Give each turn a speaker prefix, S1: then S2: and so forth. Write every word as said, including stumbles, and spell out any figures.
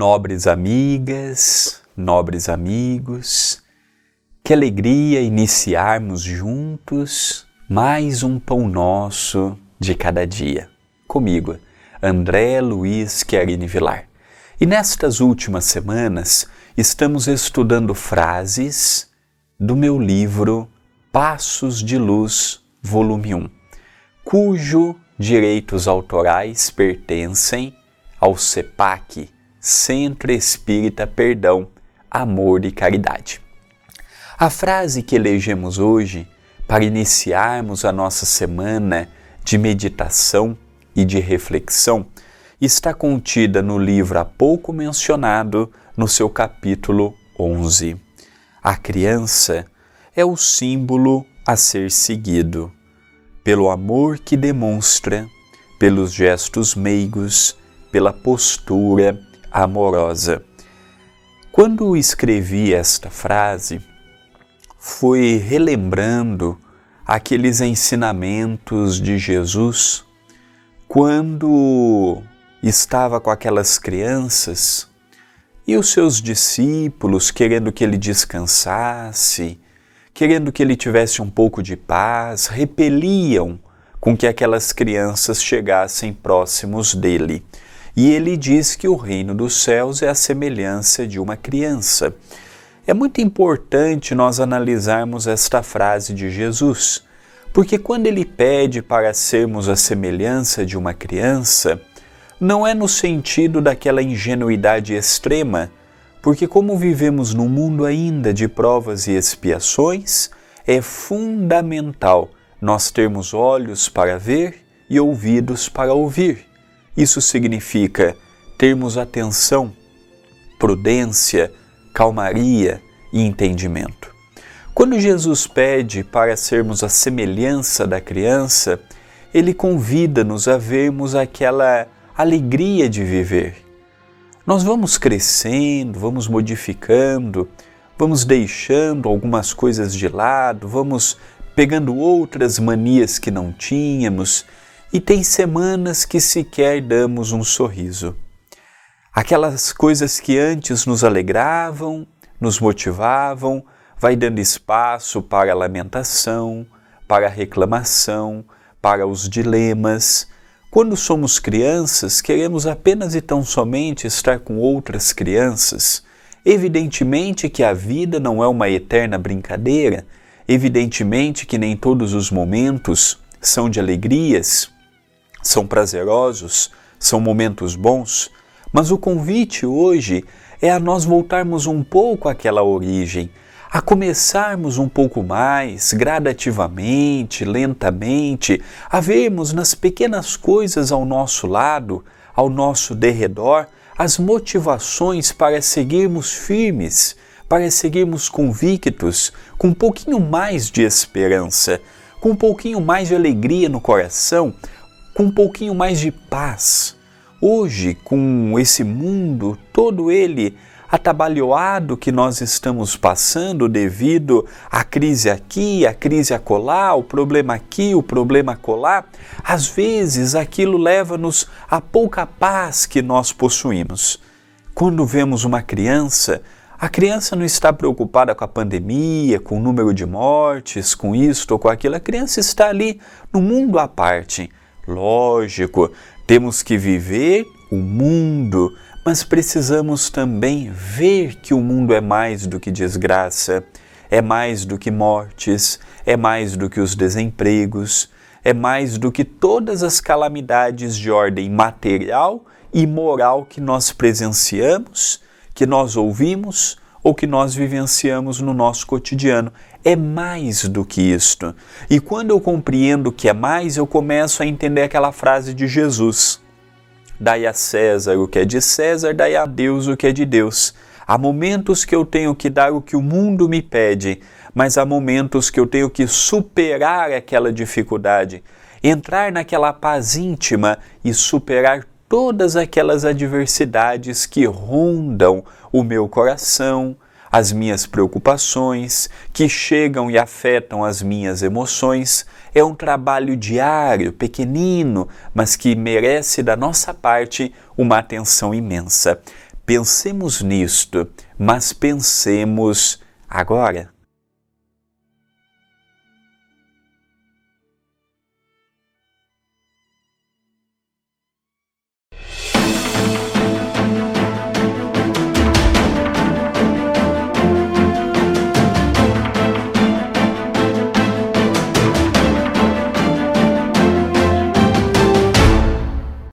S1: Nobres amigas, nobres amigos, que alegria iniciarmos juntos mais um pão nosso de cada dia. Comigo, André Luiz Chiarini Vilar. E nestas últimas semanas estamos estudando frases do meu livro Passos de Luz, volume um, cujo direitos autorais pertencem ao CEPAC, Centro Espírita Perdão, Amor e Caridade. A frase que elegemos hoje para iniciarmos a nossa semana de meditação e de reflexão está contida no livro há pouco mencionado, no seu capítulo onze. A criança é o símbolo a ser seguido, pelo amor que demonstra, pelos gestos meigos, pela postura amorosa. Quando escrevi esta frase, fui relembrando aqueles ensinamentos de Jesus quando estava com aquelas crianças e os seus discípulos querendo que ele descansasse, querendo que ele tivesse um pouco de paz, repeliam com que aquelas crianças chegassem próximos dele. E ele diz que o reino dos céus é a semelhança de uma criança. É muito importante nós analisarmos esta frase de Jesus, porque quando ele pede para sermos a semelhança de uma criança, não é no sentido daquela ingenuidade extrema, porque como vivemos num mundo ainda de provas e expiações, é fundamental nós termos olhos para ver e ouvidos para ouvir. Isso significa termos atenção, prudência, calmaria e entendimento. Quando Jesus pede para sermos a semelhança da criança, ele convida-nos a vermos aquela alegria de viver. Nós vamos crescendo, vamos modificando, vamos deixando algumas coisas de lado, vamos pegando outras manias que não tínhamos, e tem semanas que sequer damos um sorriso. Aquelas coisas que antes nos alegravam, nos motivavam, vai dando espaço para a lamentação, para a reclamação, para os dilemas. Quando somos crianças, queremos apenas e tão somente estar com outras crianças. Evidentemente que a vida não é uma eterna brincadeira, evidentemente que nem todos os momentos são de alegrias, são prazerosos, são momentos bons, mas o convite hoje é a nós voltarmos um pouco àquela origem, a começarmos um pouco mais, gradativamente, lentamente, a vermos nas pequenas coisas ao nosso lado, ao nosso derredor, as motivações para seguirmos firmes, para seguirmos convictos, com um pouquinho mais de esperança, com um pouquinho mais de alegria no coração, com um pouquinho mais de paz. Hoje, com esse mundo, todo ele atabalhoado que nós estamos passando devido à crise aqui, à crise acolá, o problema aqui, o problema acolá, às vezes aquilo leva-nos a pouca paz que nós possuímos. Quando vemos uma criança, a criança não está preocupada com a pandemia, com o número de mortes, com isto ou com aquilo, a criança está ali no mundo à parte. Lógico, temos que viver o mundo, mas precisamos também ver que o mundo é mais do que desgraça, é mais do que mortes, é mais do que os desempregos, é mais do que todas as calamidades de ordem material e moral que nós presenciamos, que nós ouvimos ou que nós vivenciamos no nosso cotidiano. É mais do que isto. E quando eu compreendo que é mais, eu começo a entender aquela frase de Jesus: dai a César o que é de César, dai a Deus o que é de Deus. Há momentos que eu tenho que dar o que o mundo me pede, mas há momentos que eu tenho que superar aquela dificuldade, entrar naquela paz íntima e superar todas aquelas adversidades que rondam o meu coração, as minhas preocupações, que chegam e afetam as minhas emoções. É um trabalho diário, pequenino, mas que merece da nossa parte uma atenção imensa. Pensemos nisto, mas pensemos agora.